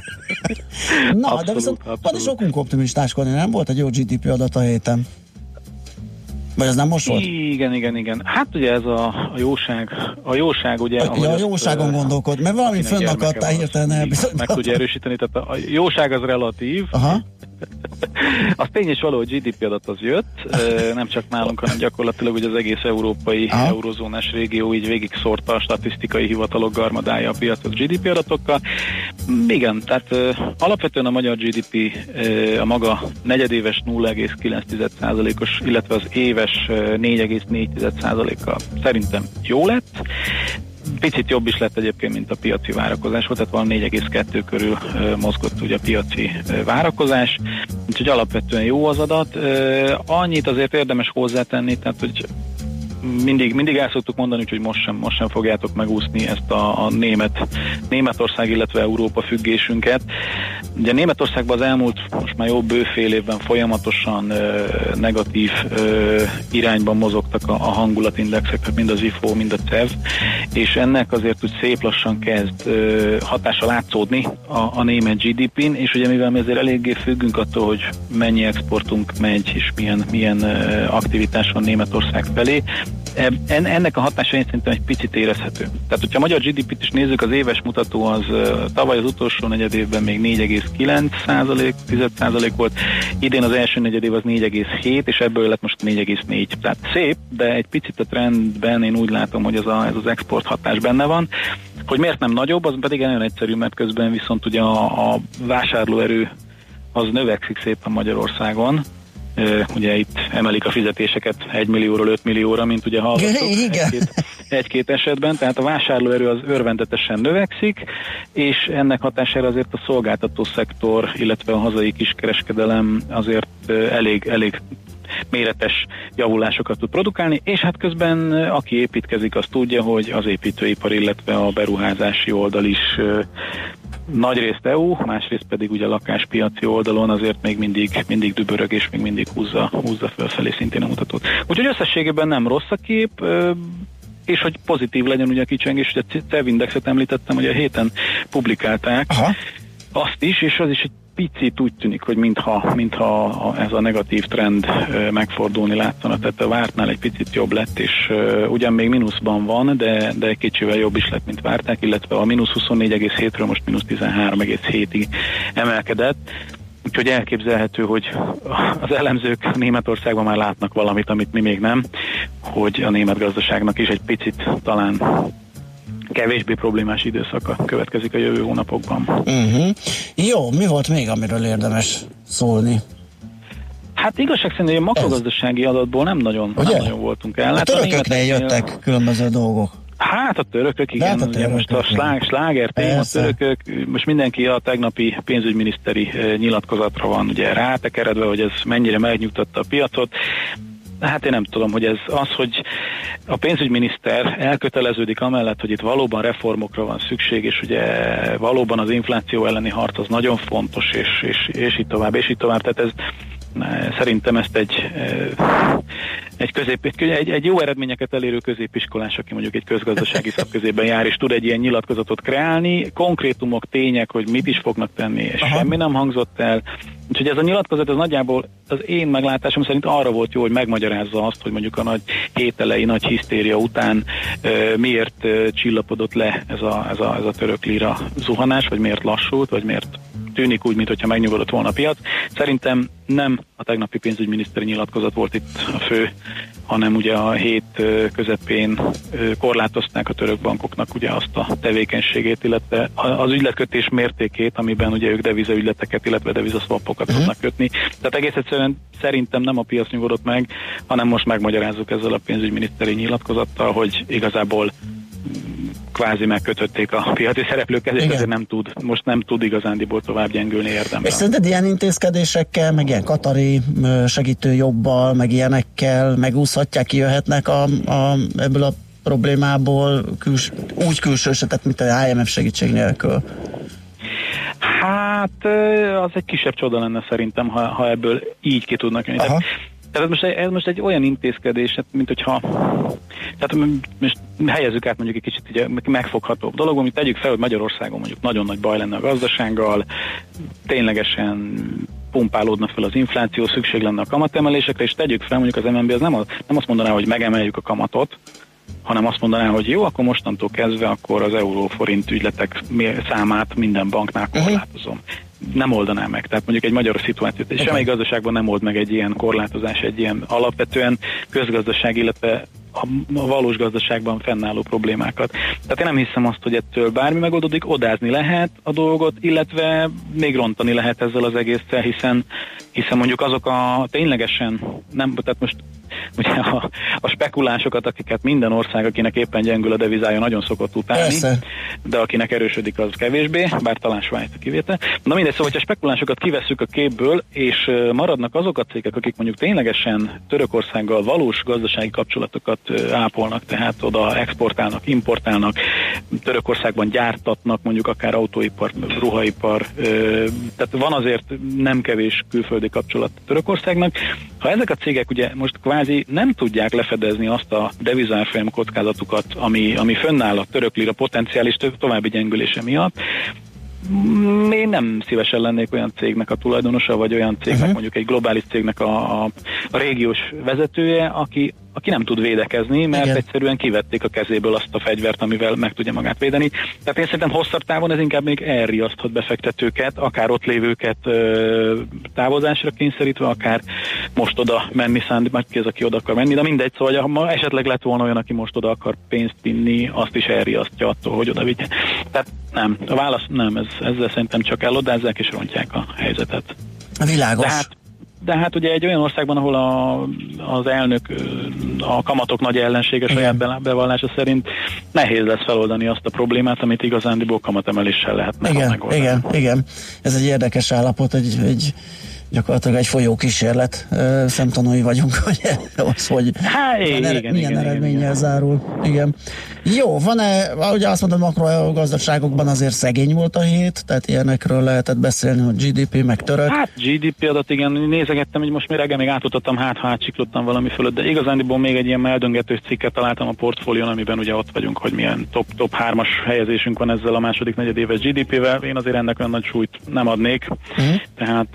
Na, abszolút, de viszont abszolút. Van is okunk optimistáskodni, nem volt egy jó gé dé pé adat a héten? Vagy ez nem most volt? Igen, igen, igen. Hát ugye ez a, a jóság, a jóság ugye... A, ja, a jóságon uh, gondolkod, mert valami fönnakadtál hirtelen elbizonyítani. Meg tudja erősíteni, tehát a, a jóság az relatív. Aha. Az tény és való, hogy gé dé pé adat az jött, nem csak nálunk, hanem gyakorlatilag ugye az egész európai Aha. eurozónás régió így végig szórta a statisztikai hivatalok garmadája a piacot gé dé pé adatokkal. Igen, tehát alapvetően a magyar gé dé pé a maga negyedéves nulla egész kilenc százalékos, illetve az éves négy egész négy százalékkal szerintem jó lett. Picit jobb is lett egyébként, mint a piaci várakozás volt, tehát van négy egész kettő körül uh, mozgott ugye a piaci uh, várakozás, úgyhogy alapvetően jó az adat. Uh, annyit azért érdemes hozzátenni, tehát hogy mindig, mindig el szoktuk mondani, hogy most sem, most sem fogjátok megúszni ezt a, a német, Németország, illetve Európa függésünket. Ugye Németországban az elmúlt most már jó bőfél évben folyamatosan ö, negatív ö, irányban mozogtak a, a hangulatindexek, mind az ifo, mind a cé e vé, és ennek azért úgy szép lassan kezd ö, hatása látszódni a, a német gé dé pén, és ugye mivel mi azért eléggé függünk attól, hogy mennyi exportunk megy, és milyen, milyen ö, aktivitás van Németország felé, ennek a hatása én szerintem egy picit érezhető. Tehát, hogyha a magyar gé dé pét is nézzük, az éves mutató az tavaly az utolsó negyed évben még négy egész kilenc százalék volt, idén az első negyed év az négy egész hét, és ebből lett most négy egész négy. Tehát szép, de egy picit a trendben én úgy látom, hogy ez, a, ez az export hatás benne van. Hogy miért nem nagyobb, az pedig nagyon egyszerű, mert közben viszont ugye a, a vásárlóerő az növekszik szépen Magyarországon. Uh, ugye itt emelik a fizetéseket egy millióról öt millióra, mint ugye hallottuk egy-két, egy-két esetben, tehát a vásárlóerő az örvendetesen növekszik, és ennek hatására azért a szolgáltató szektor, illetve a hazai kiskereskedelem azért uh, elég, elég méretes javulásokat tud produkálni, és hát közben aki építkezik, az tudja, hogy az építőipar, illetve a beruházási oldal is uh, nagyrészt é u, másrészt pedig ugye a lakáspiaci oldalon azért még mindig, mindig dübörög, és még mindig húzza, húzza fölfelé szintén a mutatót. Úgyhogy összességében nem rossz a kép, és hogy pozitív legyen ugye a kicsengés, ugye a cé e vé indexet említettem, hogy a héten publikálták Aha. azt is, és az is egy picit úgy tűnik, hogy mintha, mintha ez a negatív trend megfordulni látszana, tehát a vártnál egy picit jobb lett, és ugyan még mínuszban van, de, de egy kicsivel jobb is lett, mint várták, illetve a mínusz huszonnégy egész hétről most mínusz tizenhárom egész hétig emelkedett. Úgyhogy elképzelhető, hogy az elemzők Németországban már látnak valamit, amit mi még nem, hogy a német gazdaságnak is egy picit talán kevésbé problémás időszaka következik a jövő hónapokban. Uh-huh. Jó, mi volt még, amiről érdemes szólni? Hát igazság szerint, hogy a makrogazdasági adatból nem nagyon, nem nagyon voltunk el. A törökökre hát jöttek különböző dolgok. Hát a törökök, igen, hát a törökök, most a slág, sláger téma, a törökök, most mindenki a tegnapi pénzügyminiszteri nyilatkozatra van ugye rátekeredve, hogy ez mennyire megnyugtatta a piacot. Hát én nem tudom, hogy ez az, hogy a pénzügyminiszter elköteleződik amellett, hogy itt valóban reformokra van szükség, és ugye valóban az infláció elleni harc az nagyon fontos, és, és, és így tovább, és így tovább. Tehát ez szerintem ezt egy, egy, közép, egy, egy jó eredményeket elérő középiskolás, aki mondjuk egy közgazdasági szakközében jár, és tud egy ilyen nyilatkozatot kreálni, konkrétumok, tények, hogy mit is fognak tenni, és Aha. semmi nem hangzott el. Úgyhogy ez a nyilatkozat az nagyjából az én meglátásom szerint arra volt jó, hogy megmagyarázza azt, hogy mondjuk a nagy hételei, nagy hisztéria után uh, miért uh, csillapodott le ez a, ez, a, ez a török lira zuhanás, vagy miért lassult, vagy miért tűnik úgy, mintha megnyugodott volna a piac. Szerintem nem a tegnapi pénzügyminiszteri nyilatkozat volt itt a fő hanem ugye a hét közepén korlátozták a török bankoknak ugye azt a tevékenységét, illetve az ügyletkötés mértékét, amiben ugye ők devizaügyleteket, illetve devizaszwapokat uh-huh. tudnak kötni. Tehát egész egyszerűen szerintem nem a piac nyugodott meg, hanem most megmagyarázzuk ezzel a pénzügyminiszteri nyilatkozattal, hogy igazából kvázi megkötötték a piaci szereplőket, és ezért nem tud, most nem tud igazándiból tovább gyengülni érdemben. És szerinted ilyen intézkedésekkel, meg ilyen katari segítő jobbal, meg ilyenekkel megúszhatják, kijöhetnek a, a, ebből a problémából küls, úgy külsősetet, mint a I M F segítség nélkül? Hát az egy kisebb csoda lenne szerintem, ha, ha ebből így ki tudnak jönni. Tehát most, ez most egy olyan intézkedés, mint hogyha tehát most helyezzük át mondjuk egy kicsit ugye megfoghatóbb dolog, amit tegyük fel, hogy Magyarországon mondjuk nagyon nagy baj lenne a gazdasággal, ténylegesen pumpálódna fel az infláció, szükség lenne a kamatemelésekre, és tegyük fel, mondjuk az em en bé az nem, az, nem azt mondaná, hogy megemeljük a kamatot, hanem azt mondaná, hogy jó, akkor mostantól kezdve akkor az euró-forint ügyletek számát minden banknál korlátozom. Nem oldaná meg. Tehát mondjuk egy magyar szituációt, és semmelyik gazdaságban nem old meg egy ilyen korlátozás, egy ilyen alapvetően közgazdaság, illetve a valós gazdaságban fennálló problémákat. Tehát én nem hiszem azt, hogy ettől bármi megoldódik, odázni lehet a dolgot, illetve még rontani lehet ezzel az egésszel, hiszen, hiszen mondjuk azok a ténylegesen, nem, tehát most ugye a, a spekulásokat, akiket minden ország, akinek éppen gyengül a devizája, nagyon szokott utálni, persze. De akinek erősödik, az kevésbé, bár talán Svájc a kivétel. Na mindegy, szóval, hogyha a spekulásokat kivesszük a képből, és maradnak azok a cégek, akik mondjuk ténylegesen Törökországgal valós gazdasági kapcsolatokat ápolnak, tehát oda exportálnak, importálnak, Törökországban gyártatnak, mondjuk akár autóipar, ruhaipar, tehát van azért nem kevés külföldi kapcsolat Törökországnak. Ha ezek a cégek ugye most kvázi nem tudják lefedezni azt a devizárfolyam kockázatukat, ami, ami fönnáll a török lira potenciális további gyengülése miatt, én nem szívesen lennék olyan cégnek a tulajdonosa, vagy olyan cégnek, uh-huh. mondjuk egy globális cégnek a, a, a régiós vezetője, aki, aki nem tud védekezni, mert igen. egyszerűen kivették a kezéből azt a fegyvert, amivel meg tudja magát védeni. Tehát én szerintem hosszabb távon ez inkább még elriaszthat befektetőket, akár ott lévőket ö, távozásra kényszerítve, akár most oda menni szándék, majd ki az, aki oda akar menni, de mindegy, szóval ha esetleg lett volna olyan, aki most oda akar pénzt vinni, azt is elriasztja attól, hogy oda vigye. Tehát nem, a válasz nem, ez, ezzel szerintem csak elodázzák és rontják a helyzetet. Világos. Tehát, de hát ugye egy olyan országban, ahol a, az elnök a kamatok nagy ellensége saját bevallása szerint nehéz lesz feloldani azt a problémát, amit igazándiból kamatemeléssel lehetne igen, megoldani. Igen, igen. Ez egy érdekes állapot, egy, egy gyakorlatilag egy folyókísérlet szemtanúi vagyunk, hogy az, hogy Há, igen, er- igen, milyen igen, eredménnyel igen, zárul. Igen. Jó, van-e, ugye azt mondod, makrogazdaságokban azért szegény volt a hét, tehát ilyenekről lehetett beszélni, hogy gé dé pé meg török. Hát gé dé pé adat, igen, nézegettem, hogy most még reggel még átutottam, hát ha átsiklottam valami fölött, de igazándiból még egy ilyen meldöngetős cikket találtam a portfólión, amiben ugye ott vagyunk, hogy milyen top, top hármas helyezésünk van ezzel a második negyedéves gé dé pével. Én azért ennek olyan nagy súlyt nem adnék, uh-huh. tehát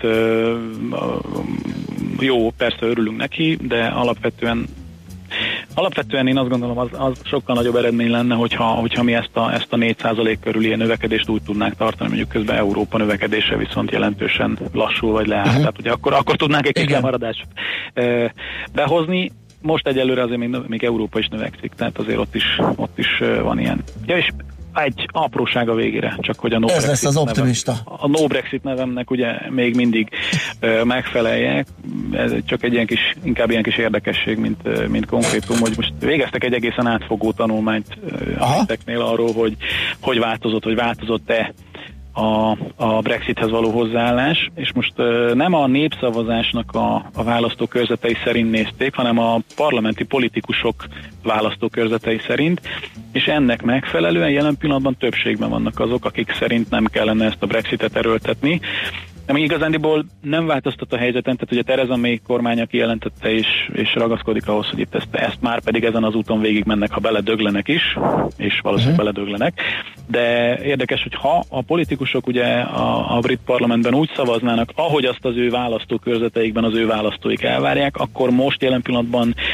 jó, persze örülünk neki, de alapvetően alapvetően én azt gondolom, az, az sokkal nagyobb eredmény lenne, hogyha, hogyha mi ezt a, ezt a négy százalék körüli növekedést úgy tudnánk tartani, mondjuk közben Európa növekedése viszont jelentősen lassul vagy leáll. Uh-huh. Tehát ugye akkor, akkor tudnánk egy kis lemaradást e, behozni. Most egyelőre azért még, még Európa is növekszik, tehát azért ott is, ott is van ilyen. Ja, és egy apróság a végére, csak hogy a no Ez lesz az optimista. Nevem, a no Brexit nevemnek ugye még mindig uh, megfeleljek. Ez csak egy ilyen kis, inkább ilyen kis érdekesség, mint, mint konkrétum, hogy most végeztek egy egészen átfogó tanulmányt uh, a arról, hogy hogy változott, hogy változott-e a, a Brexithez való hozzáállás, és most uh, nem a népszavazásnak a, a választókörzetei szerint nézték, hanem a parlamenti politikusok választókörzetei szerint, és ennek megfelelően jelen pillanatban többségben vannak azok, akik szerint nem kellene ezt a Brexitet erőltetni. Ami igazándiból nem változtat a helyzeten, tehát ugye Theresa May kormánya kijelentette és, és ragaszkodik ahhoz, hogy itt ezt, ezt már pedig ezen az úton végig mennek, ha beledöglenek is, és valószínűleg uh-huh. beledöglenek. De érdekes, hogy ha a politikusok ugye a, a brit parlamentben úgy szavaznának, ahogy azt az ő választókörzeteikben az ő választóik elvárják, akkor most jelen pillanatban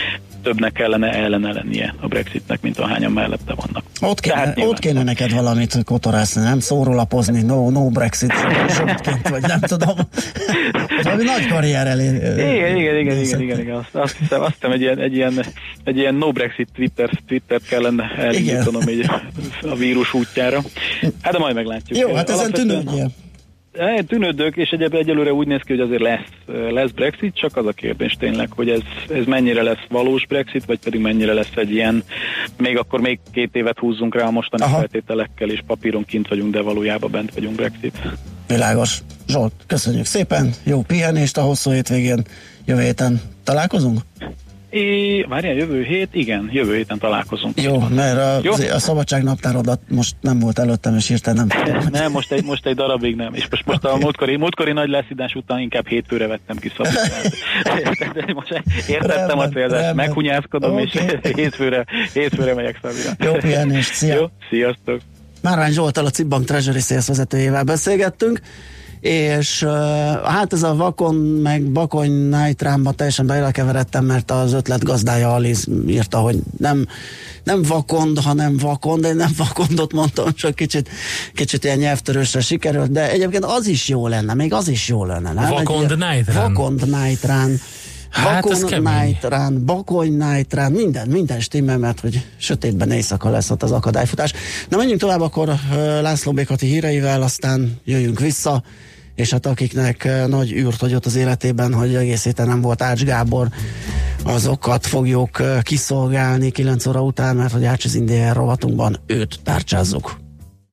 többnek kellene ellene lennie a Brexitnek, mint ahányan mellette vannak. Ott kéne, ott kéne neked valamit kotorászni, nem szórólapozni, no, no Brexit, zsontként, vagy nem tudom. Valami nagy karrier elé. Igen, igen, igen, igen, igen, igen. Azt, azt hiszem, azt hiszem egy, ilyen, egy, ilyen, egy ilyen no Brexit Twitter, Twittert kellene elindítanom így a vírus útjára. Hát de majd meglátjuk. Jó, hát ezen tűnődjél. Tűnődök, és egyébként egyelőre úgy néz ki, hogy azért lesz, lesz Brexit, csak az a kérdés tényleg, hogy ez, ez mennyire lesz valós Brexit, vagy pedig mennyire lesz egy ilyen, még akkor még két évet húzzunk rá a mostani Aha. feltételekkel, és papíron kint vagyunk, de valójában bent vagyunk Brexit. Világos. Zsolt, köszönjük szépen, jó pihenést a hosszú hétvégén, jövő héten találkozunk? É, várjál, jövő hét? Igen, jövő héten találkozunk. Jó, mert a, Jó? a szabadságnaptárodat most nem volt előttem, és hirtelen nem tudom. Nem, most egy, most egy darabig nem. És most, most a múltkori, múltkori nagy leszidás után inkább hétfőre vettem ki szabadságot. Most értettem rendben, a célzást, meghunyászkodom, okay. És hétfőre, hétfőre megyek Szabira. Jó pihenést, szia! Jó, sziasztok! Márvány Zsolttal, a Cibbank Treasury Sales vezetőjével beszélgettünk, és uh, hát ez a vakon meg bakony Night-rámba teljesen belekeveredtem, mert az ötlet gazdája Aliz írta, hogy nem, nem vakond, hanem vakond, de én nem vakondot mondtam, csak kicsit, kicsit ilyen nyelvtörősre sikerült, de egyébként az is jó lenne, még az is jó lenne. Nem? Vakond Night-rán. Vakond Night-rán. Hát Vakon Night-rán, bakony Night-rán, minden, minden stimmel, mert hogy sötétben éjszaka lesz ott az akadályfutás. Na menjünk tovább akkor uh, László B. Kati híreivel, aztán jöjjünk vissza, és hát akiknek uh, nagy űrt hagyott az életében, hogy egész héten nem volt Ács Gábor, azokat fogjuk uh, kiszolgálni kilenc óra után, mert hogy Ács az Indián rovatunkban őt tárcsázzuk.